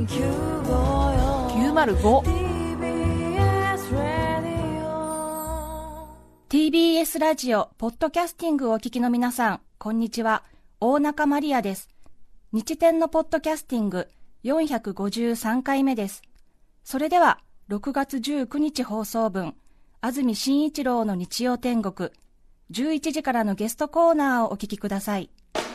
TBS ラジオポッドキャスティングをお聞きの皆さん、こんにちは。大中マリアです。日天のポッドキャスティング453回目です。それでは6月19日放送分、安住紳一郎の日曜天国、11時からのゲストコーナーをお聞きください。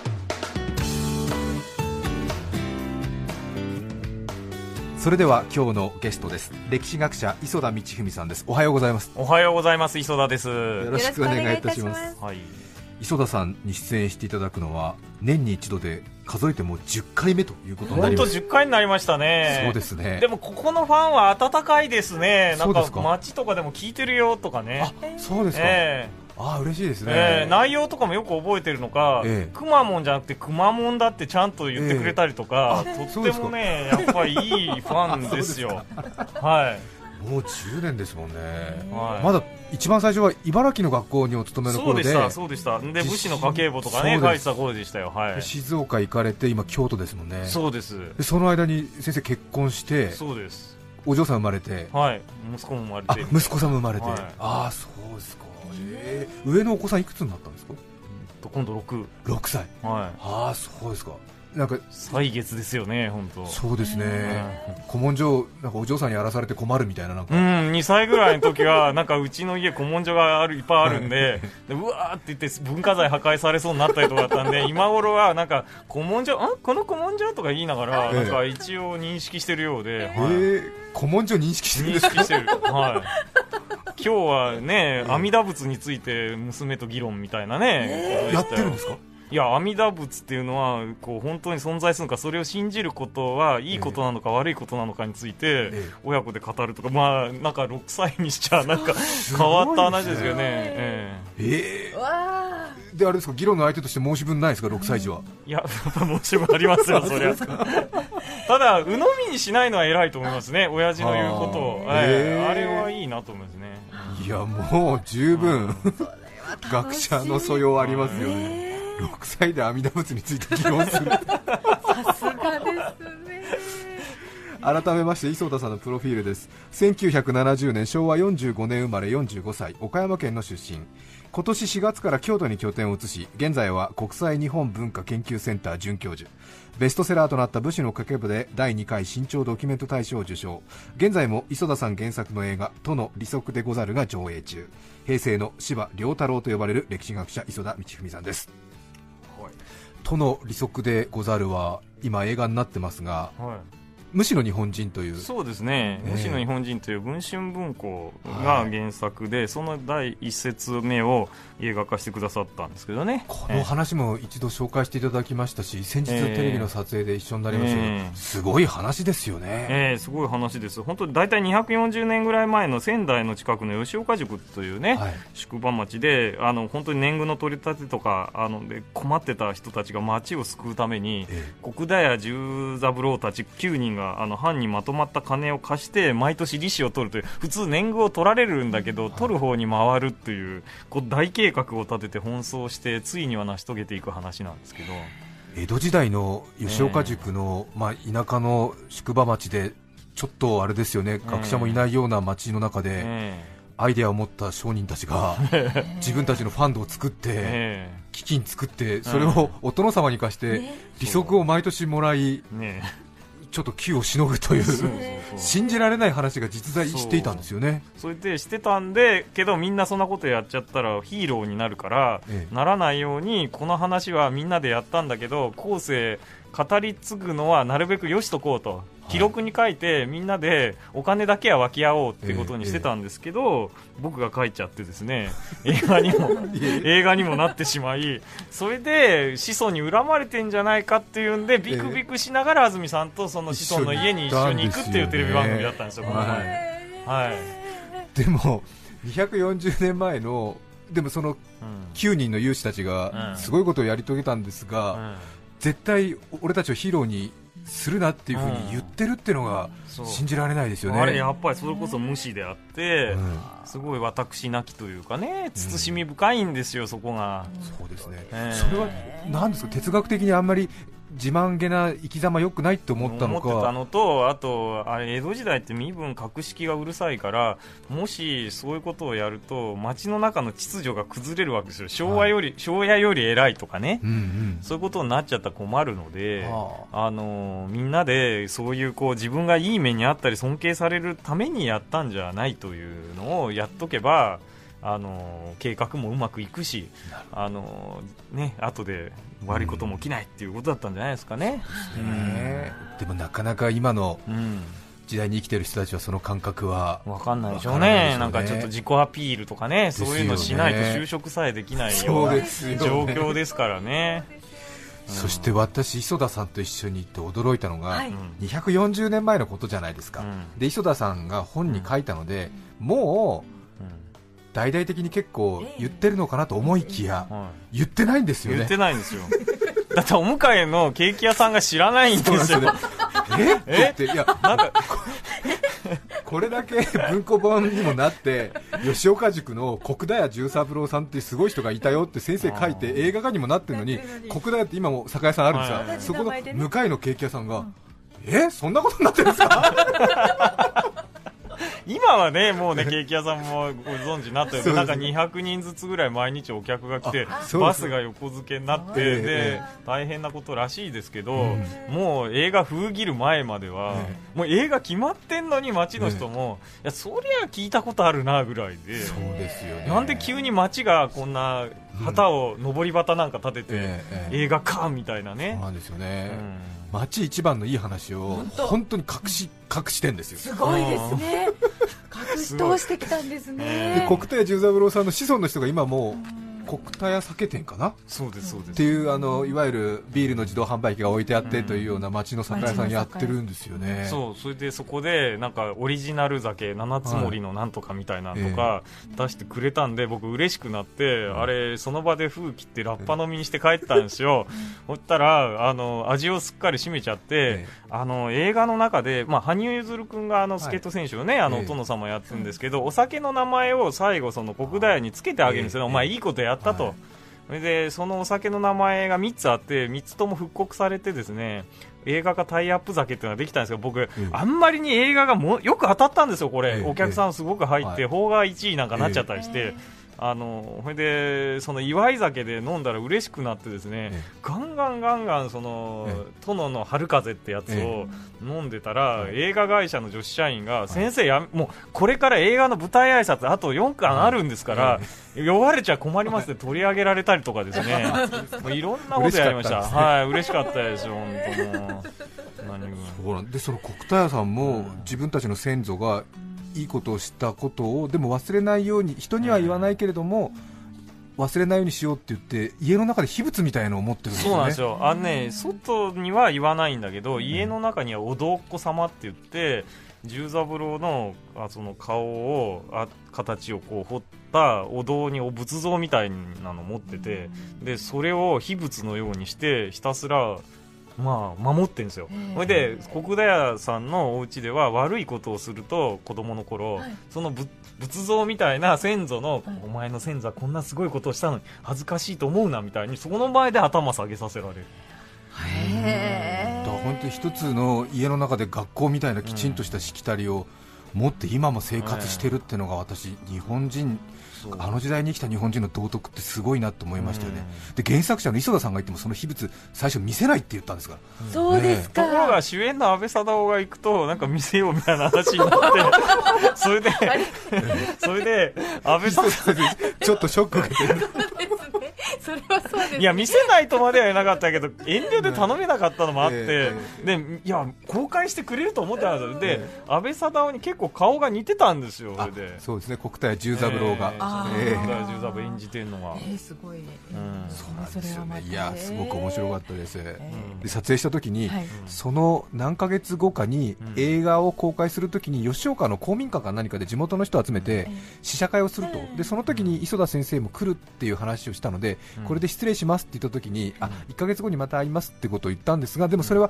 それでは今日のゲストです。歴史学者磯田道文さんです。おはようございます。 おはようございます。磯田です。 よろしくお願いいたします。 はい、 磯田さんに出演していただくのは年に一度で数えても10回目ということになります。 本当10回になりましたね。 そうですね。 でもここのファンは温かいですね。なんかそうですか。 街とかでも聞いてるよとかね。 あ、そうですか。嬉しいですね。 内容とかもよく覚えてるのか、くまモンじゃなくてくまモンだってちゃんと言ってくれたりとか、とってもねやっぱりいいファンですよ。はい。 もう10年ですもんね。 はい、 まだ一番最初は茨城の学校にお勤めの頃で、 そうでした。で武士の家計簿とかね書いてた頃でしたよ。はい。 静岡行かれて今京都ですもんね。 そうです。 でその間に先生結婚して、 そうです。 お嬢さん生まれて、 はい、息子も生まれて、 息子さんも生まれて、 はい、 そうですか。上のお子さんいくつになったんですか？ 今度6 歳。 はい。 そうですか。なんか歳月ですよね、本当。 そうですね。古文書なんかお嬢さんに荒らされて困るみたいな、なんか 2歳ぐらいの時はなんかうちの家古文書がいっぱいあるんで、うわーって言って文化財破壊されそうになったりとかだったんで、今頃はなんか古文書この古文書とか言いながらなんか一応認識してるようで、 古文書認識してるんですか？ 認識してる。はい。今日はね、阿弥陀仏について娘と議論みたいなね、 やってるんですか？ いや、阿弥陀仏っていうのはこう本当に存在するのか、それを信じることはいいことなのか悪いことなのかについて親子で語るとか、まあなんか6歳にしちゃなんか変わった話ですよね。 であれですか、議論の相手として申し分ないですか、6歳児は。 いや、申し分ありますよ、そりゃ。ただ鵜呑みにしないのは偉いと思いますね、親父の言うことを。あれはいいなと思いますね。 いや、もう十分学者の素養ありますよね。6歳で阿弥陀仏について議論する。 さすがですね。 改めまして磯田さんのプロフィールです。1970年昭和45年生まれ、45歳、岡山県の出身。今年4月から京都に拠点を移し、現在は国際日本文化研究センター准教授。ベストセラーとなった武士の家計簿で第2回新潮ドキュメント大賞を受賞。現在も磯田さん原作の映画「都の利息でござる」が上映中。平成の司馬遼太郎と呼ばれる歴史学者磯田道文さんです。都の利息でござるは今映画になってますが、無視の日本人という。 そうですね、無視の日本人という文春文庫が原作で、その第一節目を映画化してくださったんですけどね。 この話も一度紹介していただきましたし、先日テレビの撮影で一緒になりましたけど、すごい話ですよね。 すごい話です。本当に大体240年ぐらい前の仙台の近くの吉岡宿というね、宿場町で本当に年貢の取り立てとかで困ってた人たちが町を救うために、国田屋十三郎たち9人が藩にまとまった金を貸して毎年利子を取るという、普通年貢を取られるんだけど、取る方に回るっていう、大計画を立てて奔走してついには成し遂げていく話なんですけど、 江戸時代の吉岡宿の、田舎の宿場町で、ちょっとあれですよね、学者もいないような町の中で、アイデアを持った商人たちが自分たちのファンドを作って、基金作って、それをお殿様に貸して利息を毎年もらい、ちょっと窮をしのぐという信じられない話が実在していたんですよね。 それでしてたんでけど、みんなそんなことやっちゃったらヒーローになるから、ならないようにこの話はみんなでやったんだけど、後世語り継ぐのはなるべくよしとこうと、記録に書いてみんなでお金だけは分け合おうってことにしてたんですけど、僕が書いちゃってですね、映画にもなってしまい、それで子孫に恨まれてんじゃないかっていうんで、ビクビクしながら安住さんとその子孫の家に一緒に行くっていうテレビ番組だったんですよ、この前。 でも240年前の、でもその9人の有志たちがすごいことをやり遂げたんですが、絶対俺たちをヒーローにするなっていう風に言ってるっていうのが信じられないですよね。 あれやっぱりそれこそ無視であって、すごい私なきというかね、慎み深いんですよ、そこが。 そうですね、それは何ですか、哲学的にあんまり自慢げな生き様良くないって思ったのか、 思ってたのと、あとあれ江戸時代って身分格式がうるさいから、もしそういうことをやると街の中の秩序が崩れるわけですよ。昭和より偉いとかね、そういうことになっちゃったら困るので、みんなでそういう自分がいい目にあったり尊敬されるためにやったんじゃないというのをやっとけば、計画もうまくいくし、後で悪いことも起きないっていうことだったんじゃないですかね。 でもなかなか今の時代に生きている人たちはその感覚は分かんないでしょうね。なんかちょっと自己アピールとかね、そういうのしないと就職さえできないような状況ですからね。 そして私、磯田さんと一緒に行って驚いたのが、240年前のことじゃないですか。で磯田さんが本に書いたので、もう大々的に結構言ってるのかなと思いきや、言ってないんですよね。 言ってないんですよ。だってお向かいのケーキ屋さんが知らないんですよ。 って、いやなんかこれだけ文庫本にもなって、吉岡塾の国田屋十三郎さんってすごい人がいたよって先生書いて映画化にもなってるのに、国田屋って今も酒屋さんあるんですが、そこの向かいのケーキ屋さんが、そんなことになってるんですか今はね、もうね、ケーキ屋さんもご存知になったように、なんか200人ずつぐらい毎日お客が来て、バスが横付けになって、で大変なことらしいですけど、もう映画封切る前までは、もう映画決まってんのに街の人も、いやそりゃ聞いたことあるなぐらいで、 そうですよね。 なんで急に街がこんな旗を上り旗なんか立てて、映画かみたいなね。 そうなんですよね。街一番のいい話を本当に隠してんですよ。 すごいですね。隠し通してきたんですね。 で国田屋十三郎さんの子孫の人が今もう国田屋酒店かな、 そうですそうですっていういわゆるビールの自動販売機が置いてあってというような町の酒屋さんやってるんですよね。 それでそこでなんかオリジナル酒七つ森のなんとかみたいなのとか出してくれたんで、僕嬉しくなって、あれその場で封切ってラッパ飲みにして帰ったんですよ。そしたら味をすっかり占めちゃって、映画の中で、羽生結弦君がスケート選手をね、お殿様やってるんですけど、お酒の名前を最後その国田屋につけてあげるんですよ。お前いいことやったと。でそのお酒の名前が3つあって、3つとも復刻されてですね、映画化タイアップ酒っていうのができたんですけど、僕、あんまりに映画がよく当たったんですよ。これ、お客さんすごく入って、邦画1位なんかなっちゃったりして、それでその祝い酒で飲んだら嬉しくなってですね、ガンガンその殿の春風ってやつを飲んでたら、映画会社の女子社員が、先生もうこれから映画の舞台挨拶あと4巻あるんですから、酔われちゃ困りますって取り上げられたりとかですね、もういろんなことやりました。はい、嬉しかったですよ、本当もう。 でその国田屋さんも自分たちの先祖がいいことをしたことをでも忘れないように、人には言わないけれども、忘れないようにしようって言って家の中で秘仏みたいなのを持ってるんですよね。 そうなんですよ。外には言わないんだけど、家の中にはおどっこ様って言って、十三郎のその顔を形をこう彫ったお堂に仏像みたいなのを持ってて、でそれを秘仏のようにしてひたすら守ってるんですよ。それで国田屋さんのお家では悪いことをすると、子供の頃、その仏像みたいな先祖の、お前の先祖はこんなすごいことをしたのに恥ずかしいと思うなみたいに、そこの前で頭下げさせられる。 だから本当に一つの家の中で学校みたいなきちんとしたしきたりを持って今も生活してるっていうのが、私日本人、あの時代に生きた日本人の道徳ってすごいなと思いましたよね。で原作者の磯田さんが言っても、その秘仏最初見せないって言ったんですから。 そうですか。 ところが主演の阿部サダヲが行くと、なんか見せようみたいな話になってそれで阿部サダヲちょっとショック受けてる。 それはそうです、ね、 いや見せないとまではなかったけど、遠慮で頼めなかったのもあって、でいや公開してくれると思ってたんですよ。で阿部サダヲに結構顔が似てたんですよ。それでそうですね、国田屋十三郎が、 国田屋十三郎演じてるのが、 すごいね、 そうなんですよね。いやすごく面白かったです。で撮影した時に、その何ヶ月後かに映画を公開する時に、吉岡の公民館か何かで地元の人を集めて試写会をすると。でその時に磯田先生も来るっていう話をしたので、これで失礼しますって言った時に、1ヶ月後にまた会いますってことを言ったんですが、でもそれは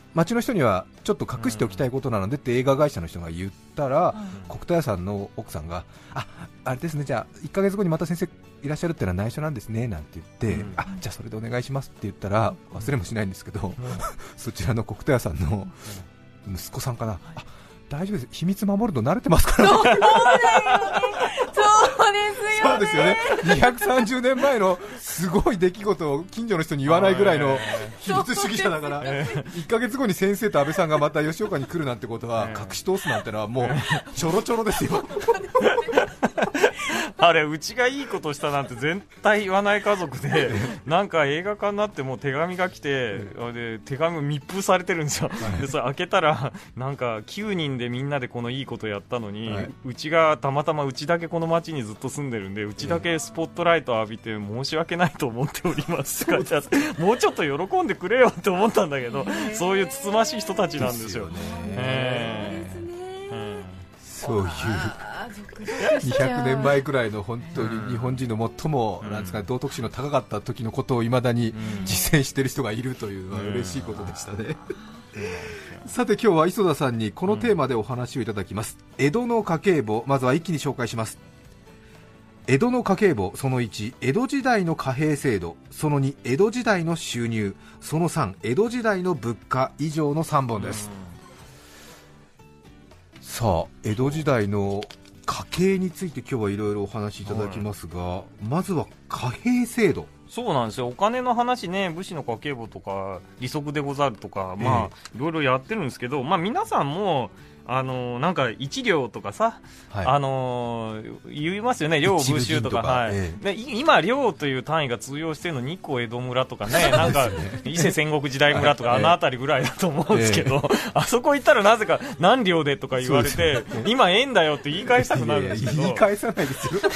町の人にはちょっと隠しておきたいことなのでって映画会社の人が言ったら、黒田屋さんの奥さんが、あれですね、じゃあ1ヶ月後にまた先生いらっしゃるってのは内緒なんですねなんて言って、じゃあそれでお願いしますって言ったら忘れもしないんですけど、そちらの黒田屋さんの息子さんかな、大丈夫です、秘密守るの慣れてますから、 そうだよね、そうですよね、 そうですよね、230年前のすごい出来事を近所の人に言わないぐらいの秘密主義者だから、1ヶ月後に先生と安倍さんがまた吉岡に来るなんてことは隠し通すなんてのはもうちょろちょろですよ。 あれ、うちがいいことしたなんて絶対言わない家族で、なんか映画化になっても手紙が来て、で手紙を密封されてるんですよ。でそれ開けたら、なんか9人でみんなでこのいいことやったのに、うちがたまたまうちだけこの町にずっと住んでるんで、うちだけスポットライト浴びて申し訳ないと思っておりますとかじゃあもうちょっと喜んでくれよって思ったんだけど、そういうつつましい人たちなんですよ。 そういう200年前くらいの本当に日本人の最もなんですか、道徳心の高かった時のことをいまだに実践している人がいるというのは嬉しいことでしたね。さて今日は磯田さんにこのテーマでお話をいただきます。江戸の家計簿、まずは一気に紹介します。江戸の家計簿、その1、江戸時代の貨幣制度、その2、江戸時代の収入、その3、江戸時代の物価、以上の3本です。さあ、江戸時代の家計について今日はいろいろお話しいただきますが、まずは貨幣制度。 そうなんですよ、お金の話ね、武士の家計簿とか利息でござるとか、いろいろやってるんですけど、皆さんもなんか1両とかさ、言いますよね、両武州とか、で今、両という単位が通用しているの、日光江戸村とかね、なんか伊勢戦国時代村とか、あの辺りぐらいだと思うんですけど、あそこ行ったらなぜか何両でとか言われて、今、円だよって言い返したくなるんですけど、 言い返さないですよ。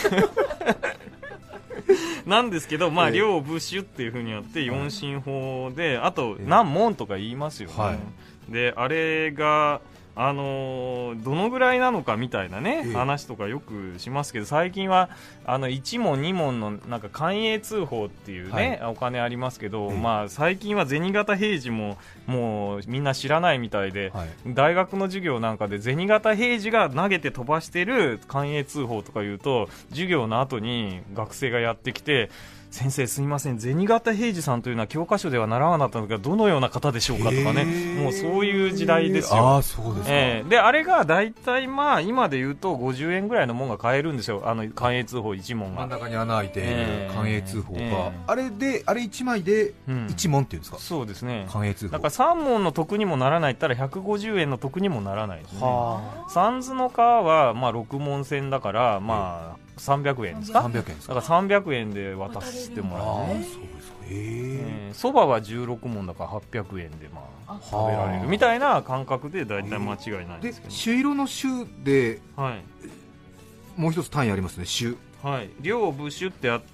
なんですけど、両武州っていう風にやって四進法で、あと何門とか言いますよね。であれがどのぐらいなのかみたいなね、話とかよくしますけど、最近は1問2問のなんか寛永通報っていうね、お金ありますけど、最近は銭形平次ももうみんな知らないみたいで、大学の授業なんかで銭形平次が投げて飛ばしてる寛永通報とか言うと、授業の後に学生がやってきて、先生すみません、銭形平次さんというのは教科書では習わなかったのがどのような方でしょうかとかね、もうそういう時代ですよ。 そうですか。 であれが大体今で言うと50円ぐらいのものが買えるんですよ、寛永通報1問が真ん中に穴開いている寛永通報が、あれ1枚で1問っていうんですか。 そうですね、 寛永通報だから3問の得にもならないったら150円の得にもならないですね。三途の川は6問制だから300円ですか。 300円ですか。 だから300円で渡してもらうね。そばは16問だから800円で食べられるみたいな感覚で大体間違いないんですけど、 朱色の朱で、もう一つ単位ありますね、朱。 両部朱ってあって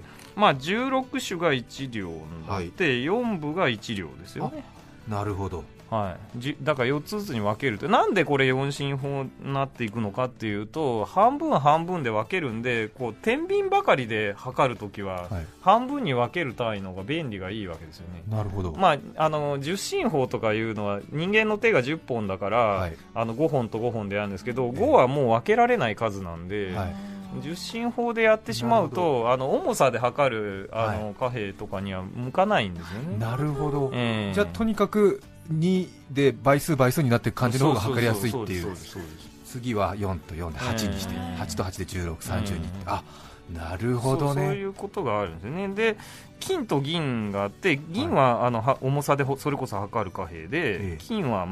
、16種が1両になって、4部が1両ですよね。 なるほど。 だから4つずつに分けると、なんでこれ4進法になっていくのかっていうと、半分半分で分けるんで、天秤ばかりで測るときは、半分に分ける単位の方が便利がいいわけですよね。 なるほど。 10進法とかいうのは人間の手が10本だから、5本と5本でやるんですけど、5はもう分けられない数なんで、10進法でやってしまうと、重さで測る貨幣とかには向かないんですよね。 なるほど。じゃあとにかく2で倍数になっていく感じの方が測りやすいっていう。次は4と4で8にして、8と8で16、32、なるほどね。 そういうことがあるんですよね。で金と銀があって、銀は重さでそれこそ測る貨幣で、金は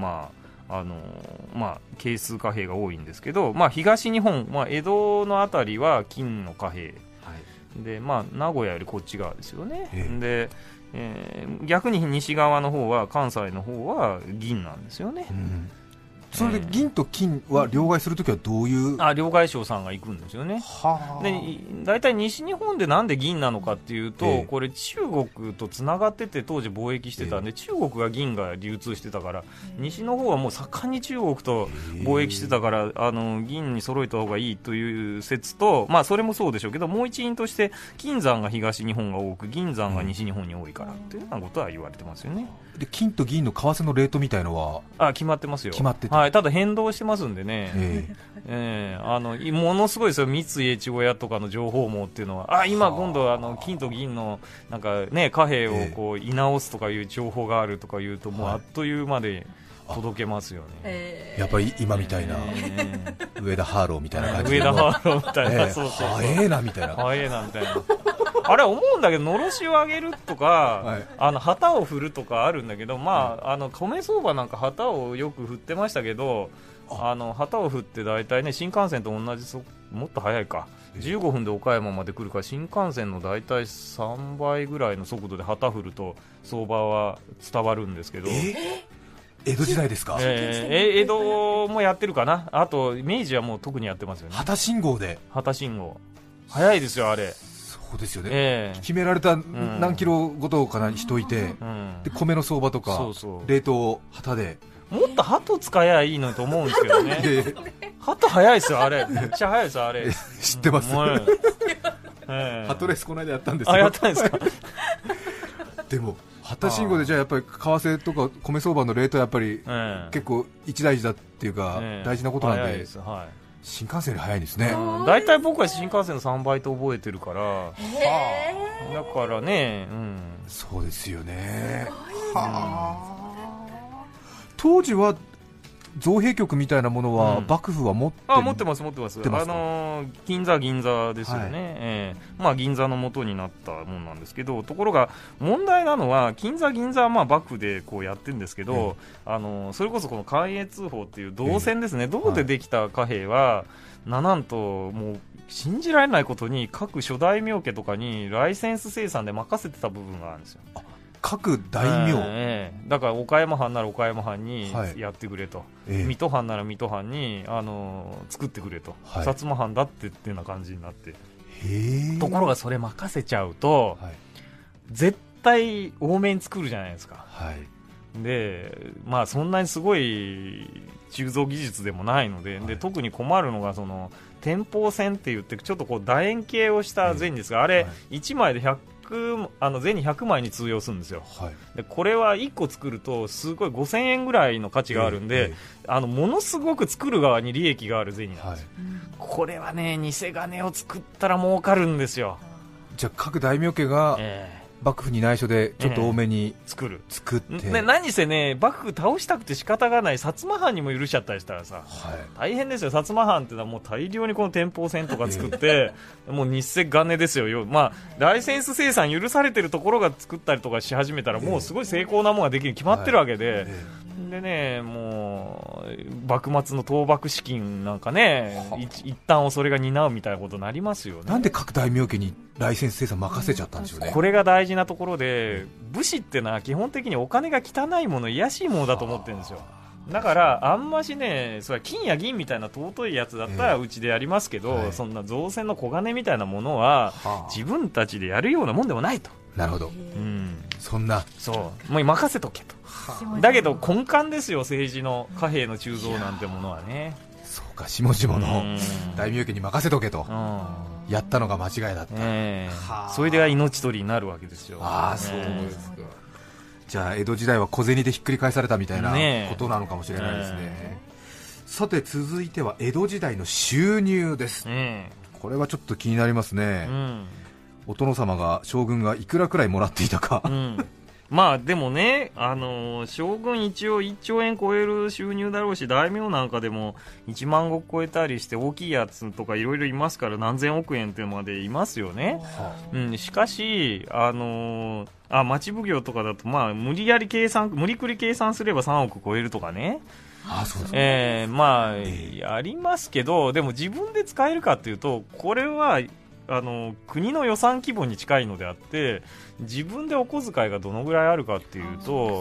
係数貨幣が多いんですけど、東日本、江戸のあたりは金の貨幣、で名古屋よりこっち側ですよね。で逆に西側の方は、関西の方は銀なんですよね。 それで銀と金は両替するときはどういう、 両替商さんが行くんですよね。で大体西日本でなんで銀なのかっていうと、これ中国とつながってて当時貿易してたんで、中国が銀が流通してたから、西の方はもう盛んに中国と貿易してたから、銀に揃えた方がいいという説と、それもそうでしょうけど、もう一因として金山が東日本が多く銀山が西日本に多いからというようなことは言われてますよね。 で金と銀の為替のレートみたいのは決まってますよ。 決まってて、 はい、ただ変動してますんでね、ものすごいですよ。三井越後屋とかの情報網っていうのは、今今度金と銀のなんか、ね、貨幣をこう居直すとかいう情報があるとかいうと、もうあっという間で届けますよね。 やっぱり今みたいな、上田ハーローみたいな感じ上田ハーローみたいな、そうそう、 早えなみたいな、 早えなみたいなあれ思うんだけど、のろしを上げるとか、旗を振るとかあるんだけど、米相場なんか旗をよく振ってましたけど、旗を振って大体ね、新幹線と同じ、もっと早いか、15分で岡山まで来るから、新幹線の大体3倍ぐらいの速度で旗振ると相場は伝わるんですけど、 江戸時代ですか？ 江戸もやってるかな。あと明治はもう特にやってますよね。 旗信号で、 旗信号早いですよあれ。 そうですよね、決められた何キロごとかにしといて、で米の相場とか冷凍旗で、 もっと鳩使えばいいのにと思うんですけどね鳩早いですよあれ、めっちゃ早いですよあれ知ってます、鳩レースこの間やったんですよ。 やったんですかでも旗信号で、じゃあやっぱり為替とか米相場のレートはやっぱり結構一大事だっていうか、大事なことなんで、 早いです、 新幹線より早いんですね。 大体僕は新幹線の3倍と覚えてるから、だからね、 そうですよね。当時は造幣局みたいなものは幕府は持ってます。 金座銀座ですよね、銀座の元になったものなんですけど、ところが問題なのは、金座銀座は幕府でこうやってるんですけど、それこそこの関越法っていう銅線ですね、銅でできた貨幣は、なんともう信じられないことに各諸大名家とかにライセンス生産で任せてた部分があるんですよ。 各大名、 だから岡山藩なら岡山藩にやってくれと、水戸藩なら水戸藩に作ってくれと、薩摩藩だってっていうような感じになって、ところがそれ任せちゃうと、絶対多めに作るじゃないですか、でそんなにすごい鋳造技術でもないので、特に困るのがその天保線って言って、ちょっとこう楕円形をした銭ですが、あれ1枚で銭100枚に通用するんですよ、でこれは1個作るとすごい5000円ぐらいの価値があるんで、ものすごく作る側に利益がある銭なんですよ、これはね、偽金を作ったら儲かるんですよ。 じゃあ各大名家が幕府に内緒でちょっと多めに作って何せね、幕府倒したくて仕方がない薩摩藩にも許しちゃったりしたらさ、大変ですよ。薩摩藩ってのはもう大量にこの天保線とか作ってもう日赤金ですよ。ライセンス生産許されてるところが作ったりとかし始めたら、もうすごい精巧なものができるに決まってるわけで、でね、もう幕末の倒幕資金なんかね、一旦それが担うみたいなことになりますよね。 なんで各大名家にライセンス生産任せちゃったんでしょうね。 これが大事なところで、武士ってのは基本的にお金が汚いもの、卑しいものだと思ってるんですよ。だからあんましね、それは金や銀みたいな尊いやつだったらうちでやりますけど、そんな造船の小金みたいなものは自分たちでやるようなもんでもないと。 なるほど、そんな、 もう任せとけと。だけど根幹ですよ、政治の貨幣の鋳造なんてものはね。 そうか、下々の大名家に任せとけと、やったのが間違いだった、 それでは命取りになるわけですよ。 そうですか。じゃあ江戸時代は小銭でひっくり返されたみたいなことなのかもしれないですね。さて続いては江戸時代の収入です、これはちょっと気になりますね、お殿様が、将軍がいくらくらいもらっていたか、 でもね、将軍一応1兆円超える収入だろうし、大名なんかでも1万石超えたりして大きいやつとかいろいろいますから、何千億円ってまでいますよね、しかし町奉行とかだと、無理くり計算すれば3億超えるとかね、やりますけど、でも自分で使えるかっていうと、これは国の予算規模に近いのであって、自分でお小遣いがどのぐらいあるかっていうと、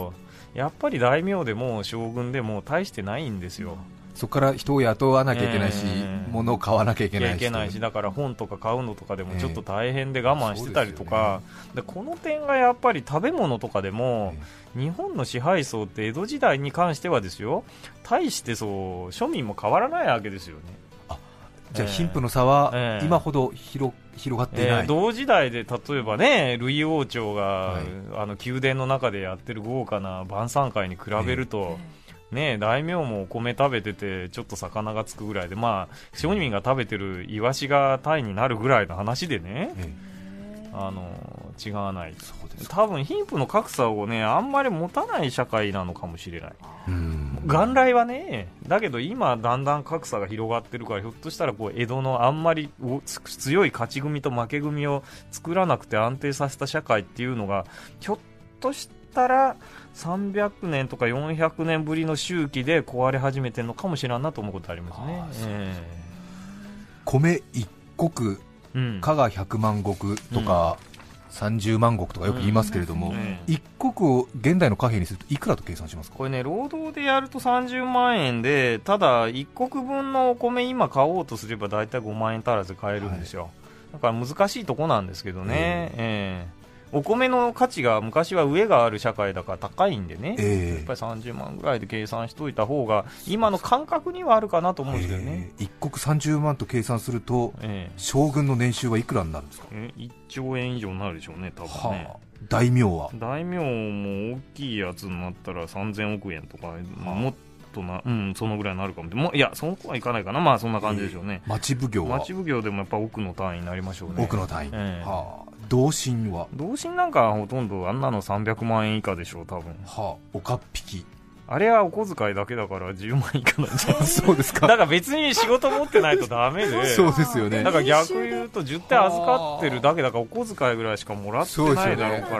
やっぱり大名でも将軍でも大してないんですよ。 そこから人を雇わなきゃいけないし、物を買わなきゃいけないし、 だから本とか買うのとかでもちょっと大変で我慢してたりとか、でこの点がやっぱり食べ物とかでも、日本の支配層って江戸時代に関してはですよ、大してそう庶民も変わらないわけですよね。 じゃあ貧富の差は今ほど広がっていない、 同時代で例えばね、ルイ王朝が、宮殿の中でやってる豪華な晩餐会に比べると、大名もお米食べててちょっと魚がつくぐらいで、庶民が食べてるイワシがタイになるぐらいの話でね、違わない。多分貧富の格差をね、あんまり持たない社会なのかもしれない。元来はね、だけど今だんだん格差が広がってるから、ひょっとしたらこう江戸のあんまり強い勝ち組と負け組を作らなくて安定させた社会っていうのが、ひょっとしたら300年とか400年ぶりの周期で壊れ始めてるのかもしれんなと思うことありますね。 米一石加賀100万石とか、30万石とかよく言いますけれども、一石を現代の貨幣にするといくらと計算しますか？ これね、労働でやると30万円で、ただ一石分のお米今買おうとすれば大体5万円足らず買えるんですよ。だから難しいとこなんですけどね、お米の価値が昔は上がある社会だから高いんでね、やっぱり30万ぐらいで計算しといた方が今の感覚にはあるかなと思うんですけどね。 一国30万と計算すると、将軍の年収はいくらになるんですか ？1兆円以上になるでしょうね、多分ね。 大名はも大きいやつになったら3000億円とか、もっとな、そのぐらいになるかも。いや、その子はいかないかな。そんな感じでしょうね。 町奉行でもやっぱ億の単位になりましょうね。 億の単位、同心なんかほとんどあんなの300万円以下でしょう、多分。 おかっぴき、 あれはお小遣いだけだから10万以下なんじゃないそうですか。 だから別に仕事持ってないとダメでそうですよね。 だから逆言うと10点預かってるだけだからお小遣いぐらいしかもらってないだろうから、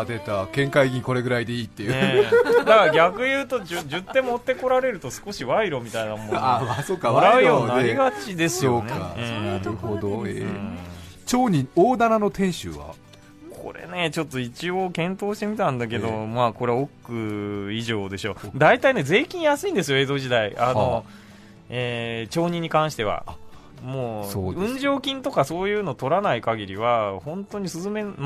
出た県会議員これぐらいでいいっていう、 だから逆言うと 10点持ってこられると少し賄賂みたいなものそうか、 もらうようになりがちですよね。 なるほど。町人大棚の店主はこれね、ちょっと一応検討してみたんだけど、これは億以上でしょう。大体ね、税金安いんですよ、江戸時代。町人に関しては。もう運上金とかそういうの取らない限りは本当に数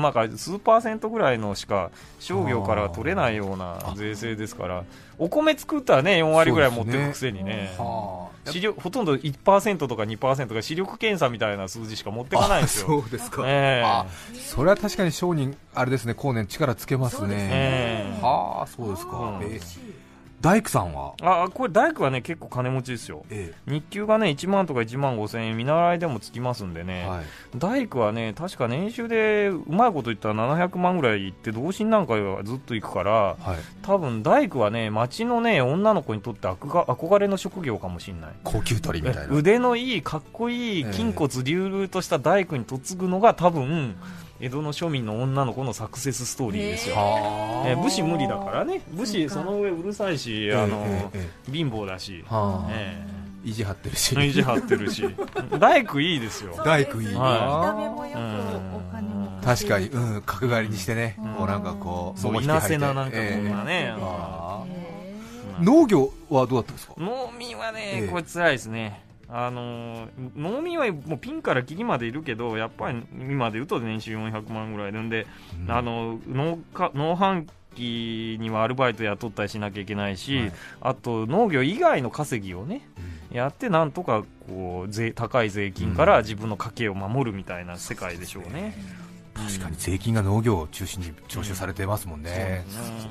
%ぐらいのしか商業からは取れないような税制ですから、お米作ったらね4割ぐらい持っていくくせにね、ほとんど 1% とか 2% が視力検査みたいな数字しか持っていかないんですよ。 そうですか。それは確かに商人あれですね、後年力つけますね。そうですか。大工さんはこれ大工はね結構金持ちですよ、日給がね1万とか1万5千円見習いでもつきますんでね、大工はね確か年収でうまいこと言ったら700万ぐらいいって、同心なんかはずっと行くから、多分大工はね町のね女の子にとって憧れの職業かもしれない。 高級取りみたいな腕のいいかっこいい筋骨隆々とした大工に嫁ぐのが多分江戸の庶民の女の子のサクセスストーリーですよ。武士無理だからね、武士その上うるさいし、貧乏だし、 意地張ってるし大工いいですよ。 大工いい、 見た目もよくお金も確かに、角刈りにしてね、なんかこうそう稲瀬ななんかこんなね。 農業はどうだったんですか？ 農民はねこれ辛いですね。農民はもうピンからキリまでいるけど、やっぱり今で言うと年収400万ぐらいなんで、農販期にはアルバイト雇ったりしなきゃいけないし、あと農業以外の稼ぎをね、やってなんとかこう高い税金から自分の家計を守るみたいな世界でしょうね。 確かに税金が農業を中心に徴収されてますもんね。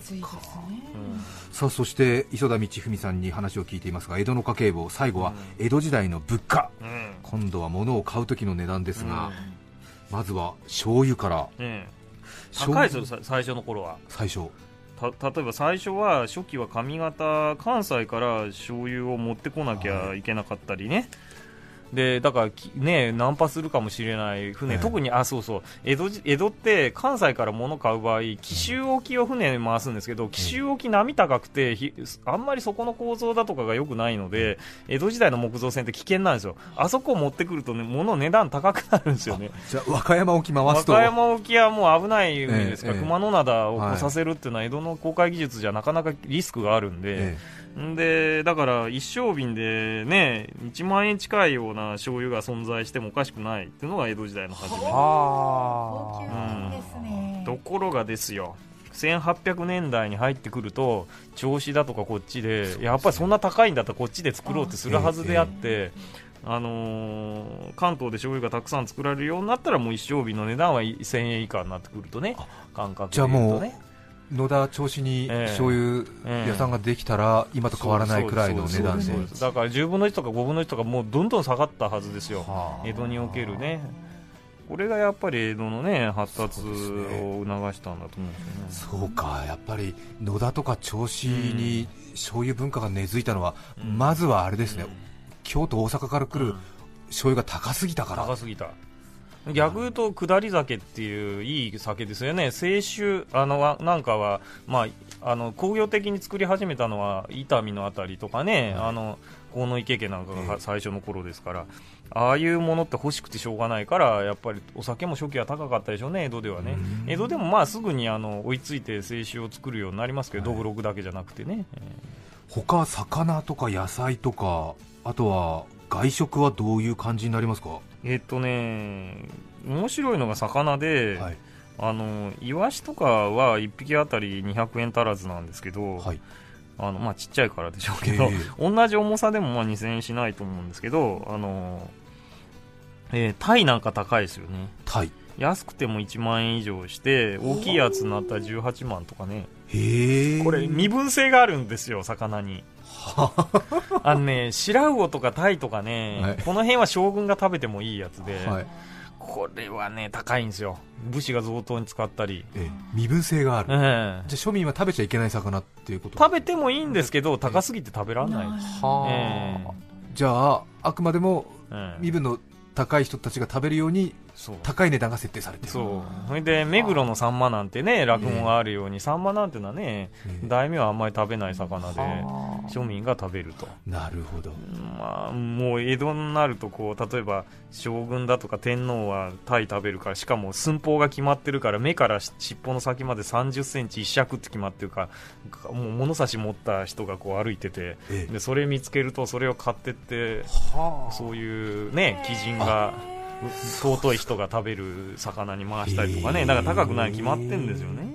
さあ、そして磯田道文さんに話を聞いていますが、江戸の家計簿、最後は江戸時代の物価、今度は物を買う時の値段ですが、まずは醤油から、 高いですよ最初の頃は。例えば最初は初期は上方関西から醤油を持ってこなきゃいけなかったりね、 でだからね、難破するかもしれない船、特にそうそう、江戸って関西から物買う場合、紀州沖を船に回すんですけど、紀州沖波高くてあんまりそこの構造だとかが良くないので、江戸時代の木造船って危険なんですよ。あそこを持ってくるとね、物値段高くなるんですよね。 じゃあ和歌山沖回すと、 和歌山沖はもう危ない海ですから、熊野灘を来させるっていうのは江戸の航海技術じゃなかなかリスクがあるんで、でだから一升瓶でね1万円近いような醤油が存在してもおかしくないっていうのが江戸時代の初め。 高級ですね。 ところがですよ、1800年代に入ってくると銚子だとかこっちでやっぱりそんな高いんだったらこっちで作ろうってするはずであって、関東で醤油がたくさん作られるようになったらもう一升瓶の値段は1000円以下になってくるとね、感覚で言うとね。じゃあもう野田銚子に醤油屋さんができたら今と変わらないくらいの値段で、 だから10分の1とか5分の1とかもうどんどん下がったはずですよ、江戸におけるね。これがやっぱり江戸のね発達を促したんだと思うんですよね。 そうか、やっぱり野田とか銚子に醤油文化が根付いたのは、まずはあれですね、京都大阪から来る醤油が高すぎたから。 高すぎた。逆言うと下り酒っていういい酒ですよね。清酒なんかは、工業的に作り始めたのは伊丹のあたりとかね、河野池家なんかが最初の頃ですから、ああいうものって欲しくてしょうがないから、やっぱりお酒も初期は高かったでしょうね、江戸ではね。江戸でもすぐに追いついて清酒を作るようになりますけど、どぶろくだけじゃなくてね。 他魚とか野菜とか、あとは外食はどういう感じになりますか？ 面白いのが魚で、イワシとかは1匹あたり200円足らずなんですけど、ちっちゃいからでしょうけど、同じ重さでも2000円しないと思うんですけど、タイなんか高いですよね。 タイ安くても1万円以上して、大きいやつになったら18万とかね。これ身分制があるんですよ、魚に。白魚とかタイとかね、この辺は将軍が食べてもいいやつで、これはね高いんですよ。武士が贈答に使ったり、 身分制がある、じゃあ庶民は食べちゃいけない魚っていうこと？ 食べてもいいんですけど、高すぎて食べられないです。 じゃああくまでも身分の高い人たちが食べるように高い値段が設定されている。 それで目黒のサンマなんてね、落語があるように、サンマなんてのはね、大名はあんまり食べない魚で庶民が食べると。 なるほど。 もう江戸になると例えば将軍だとか天皇はタイ食べるから、しかも寸法が決まってるから、目から尻尾の先まで30センチ一尺って決まってるから、もう物差し持った人が歩いてて、でそれ見つけるとそれを買ってって、そういうね貴人が尊い人が食べる魚に回したりとかね、だから高くないに決まってるんですよね。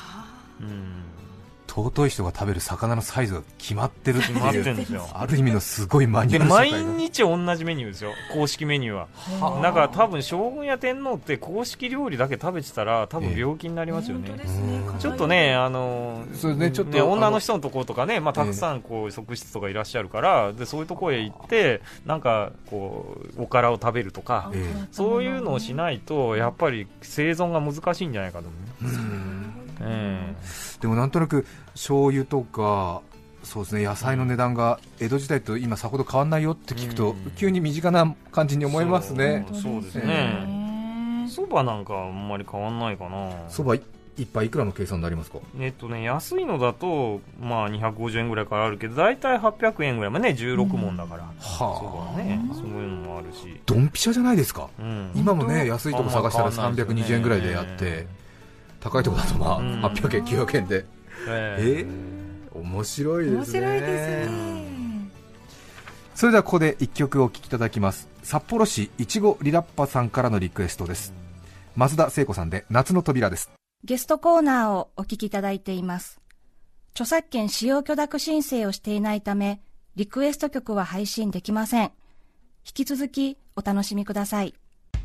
尊い人が食べる魚のサイズが決まってるっていう、 決まってるんですよ。 ある意味のすごいマニュアル社会で毎日同じメニューですよ、公式メニューは。だから多分将軍や天皇って公式料理だけ食べてたら多分病気になりますよね。ちょっとね、ちょっと女の人のところとかね、たくさん側室とかいらっしゃるから、でそういうところへ行ってなんかおからを食べるとか、そういうのをしないとやっぱり生存が難しいんじゃないかと思う。 でもなんとなく醤油とかそうですね、野菜の値段が江戸時代と今さほど変わんないよって聞くと、急に身近な感じに思いますね。 そうですね。そばなんかあんまり変わんないかな。 そば一杯いくらの計算になりますか？ 安いのだと250円ぐらいからあるけど、だいたい800円ぐらい、16問だから、そばね、そういうのもあるし。 ドンピシャじゃないですか。今もね、安いとこ探したら320円ぐらいでやって、高いところだと800円900円で、面白いですね。それではここで1曲お聴きいただきます。札幌市いちごリラッパさんからのリクエストです。増田聖子さんで夏の扉です。 ゲストコーナーをお聞きいただいています。著作権使用許諾申請をしていないため、リクエスト曲は配信できません。引き続きお楽しみください。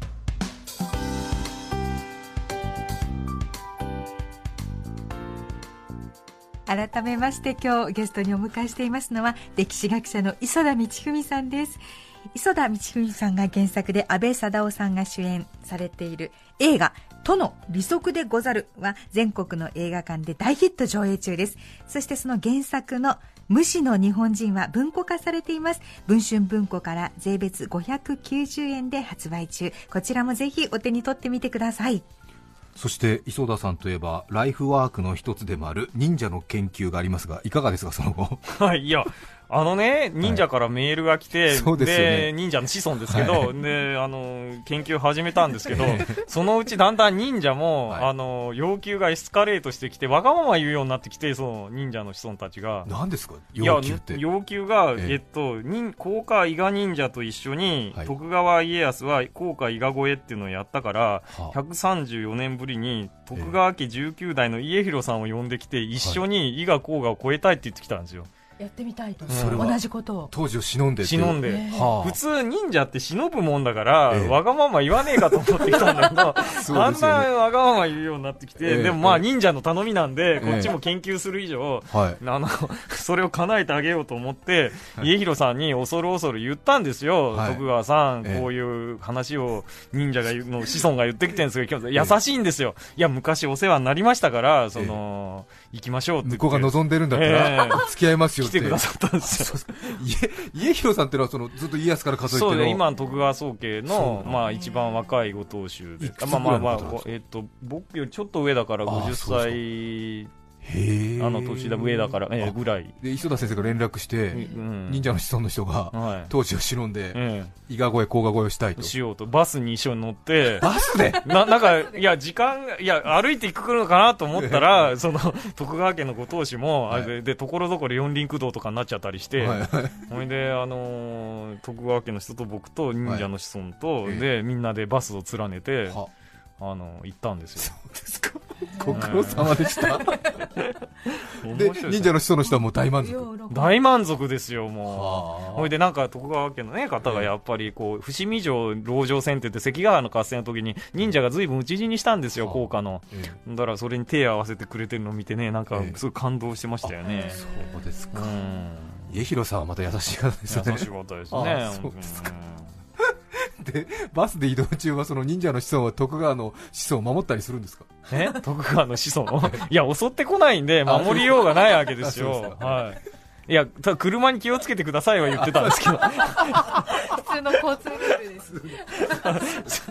改めまして今日ゲストにお迎えしていますのは歴史学者の磯田道文さんです。磯田道文さんが原作で安倍貞夫さんが主演されている映画都の利息でござるは全国の映画館で大ヒット上映中です。そしてその原作の無視の日本人は文庫化されています。文春文庫から税別590円で発売中。こちらもぜひお手に取ってみてください。 そして磯田さんといえばライフワークの一つでもある忍者の研究がありますが、いかがですか、その後。 はい、いや、忍者からメールが来て、 そうですよね、 で、忍者の子孫ですけど、で、研究始めたんですけど、そのうちだんだん忍者も、要求がエスカレートしてきて、わがまま言うようになってきて、その忍者の子孫たちが。 何ですか、要求って。 要求が、甲賀伊賀忍者と一緒に、徳川家康は甲賀伊賀越えっていうのをやったから、134年ぶりに、徳川家19代の家広さんを呼んできて、一緒に伊賀甲賀を超えたいって言ってきたんですよ。 やってみたいと、 同じことを当時を忍んで普通忍者って忍ぶもんだから、わがまま言わねえかと思ってきたんだけど、だんだんわがまま言うようになってきて、でもまあ忍者の頼みなんで、こっちも研究する以上、それを叶えてあげようと思って、家広さんに恐る恐る言ったんですよ、徳川さん、こういう話を忍者の子孫が言ってきてるんですけど、優しいんですよ。いや、昔お世話になりましたから、行きましょうって言って。 向こうが望んでるんだったら、付き合いますよって来てくださったんですよ。 家広さんってのはずっと家康から数えてる。 そうで、今の徳川宗家の一番若いご当主で、僕よりちょっと上だから50歳年だ上だからぐらいで、磯田先生が連絡して、忍者の子孫の人が当時を忍んで伊賀越え甲賀越えをしたいとしようと、バスに一緒に乗って、 バスでなんか、いや歩いていくのかなと思ったら、その徳川家のご当主もあれでところどころ四輪駆動とかになっちゃったりして、ほいで徳川家の人と僕と忍者の子孫とでみんなでバスを連ねて行ったんですよ。 そうですか。ご苦労様でした。で、忍者の子孫の人はもう大満足。 大満足ですよ、もう。ほいでなんか徳川家の方がやっぱり伏見城籠城戦って言って関ヶ原の合戦の時に忍者が随分討ち死にしたんですよ、甲賀の。だからそれに手を合わせてくれてるのを見てね、なんかすごい感動してましたよね。 そうですか。家広さんはまた優しい方ですね。 優しい方ですね。 そうですか。で、バスで移動中はその忍者の子孫は徳川の子孫を守ったりするんですか？ 徳川の子孫いや、襲ってこないんで守りようがないわけですよ。いや、車に気をつけてくださいは言ってたんですけど普通の交通ルールです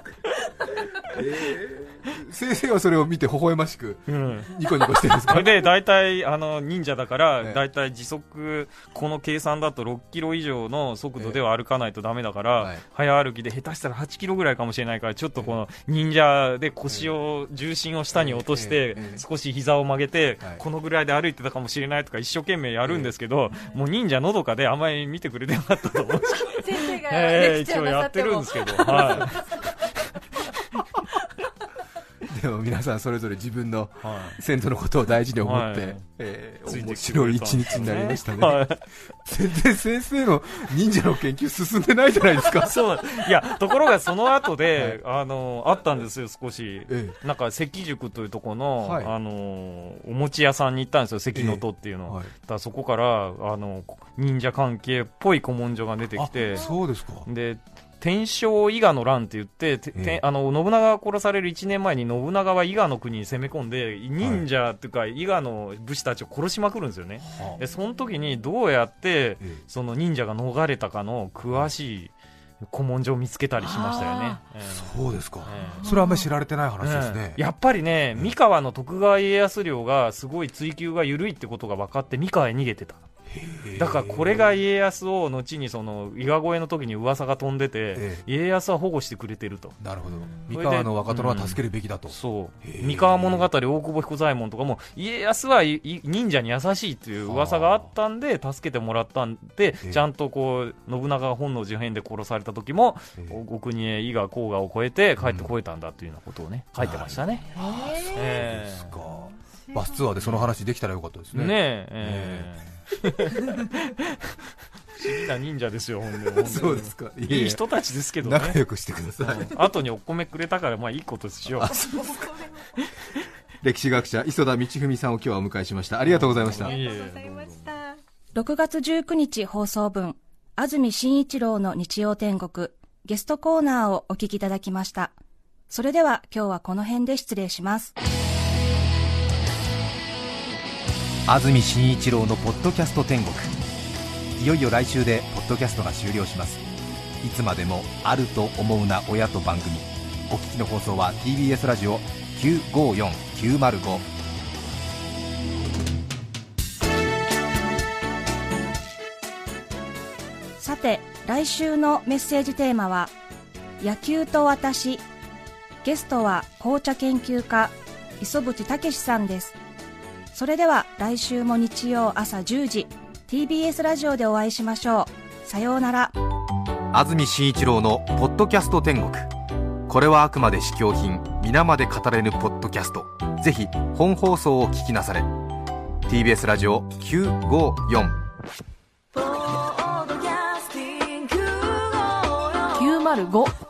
先生はそれを見て微笑ましくニコニコしてるんですか？ で、大体忍者だから大体時速この計算だと6キロ以上の速度では歩かないとダメだから、早歩きで下手したら8キロぐらいかもしれないから、ちょっとこの忍者で重心を下に落として少し膝を曲げてこのぐらいで歩いてたかもしれないとか一生懸命やるんですけど、もう忍者のどかであんまり見てくれてなかったと思うんですけど先生がレクチャー一応やってるんですけど、 でも皆さんそれぞれ自分の先祖のことを大事に思って、面白い一日になりましたね。全然先生の忍者の研究進んでないじゃないですか。 そういや、ところがその後で、あったんですよ、少し。なんか関宿というところの、お餅屋さんに行ったんですよ、関の戸っていうの。だからそこから忍者関係っぽい古文書が出てきて。 そうですか。 で、天正伊賀の乱って言って、信長が殺される1年前に信長は伊賀の国に攻め込んで忍者っていうか伊賀の武士たちを殺しまくるんですよね。でその時にどうやってその忍者が逃れたかの詳しい古文書を見つけたりしましたよね。 そうですか。それはあんまり知られてない話ですね。 やっぱりね、三河の徳川家康領がすごい追及が緩いってことが分かって三河へ逃げてた。だからこれが家康を後にその伊賀越えの時に噂が飛んでて、家康は保護してくれてると。 なるほど。三河の若殿は助けるべきだと。 そう三河物語大久保彦左衛門とかも家康は忍者に優しいという噂があったんで助けてもらったんで、ちゃんとこう信長が本能寺変で殺された時もお国へ伊賀甲賀を越えて帰ってこえたんだというようなことをね書いてましたね。 そうですか。バスツアーでその話できたらよかったですね。 不思議な忍者ですよ、ほんで。 そうですか。 いい人たちですけどね。 仲良くしてください。 後にお米くれたから、まあいいことですよ。 歴史学者磯田道文さんを今日はお迎えしました。ありがとうございました。 ありがとうございました。 6月19日放送分、安住紳一郎の日曜天国ゲストコーナーをお聞きいただきました。それでは今日はこの辺で失礼します。 安住紳一郎のポッドキャスト天国、いよいよ来週でポッドキャストが終了します。いつまでもあると思うな親と番組、お聞きの放送は TBS ラジオ954905。 さて、来週のメッセージテーマは野球と私。ゲストは紅茶研究家磯渕武さんです。それでは来週も日曜朝10時 TBS ラジオでお会いしましょう。さようなら。 安住紳一郎のポッドキャスト天国、これはあくまで試供品、皆まで語れぬポッドキャスト。ぜひ本放送を聞きなされ。 TBS ラジオ954 905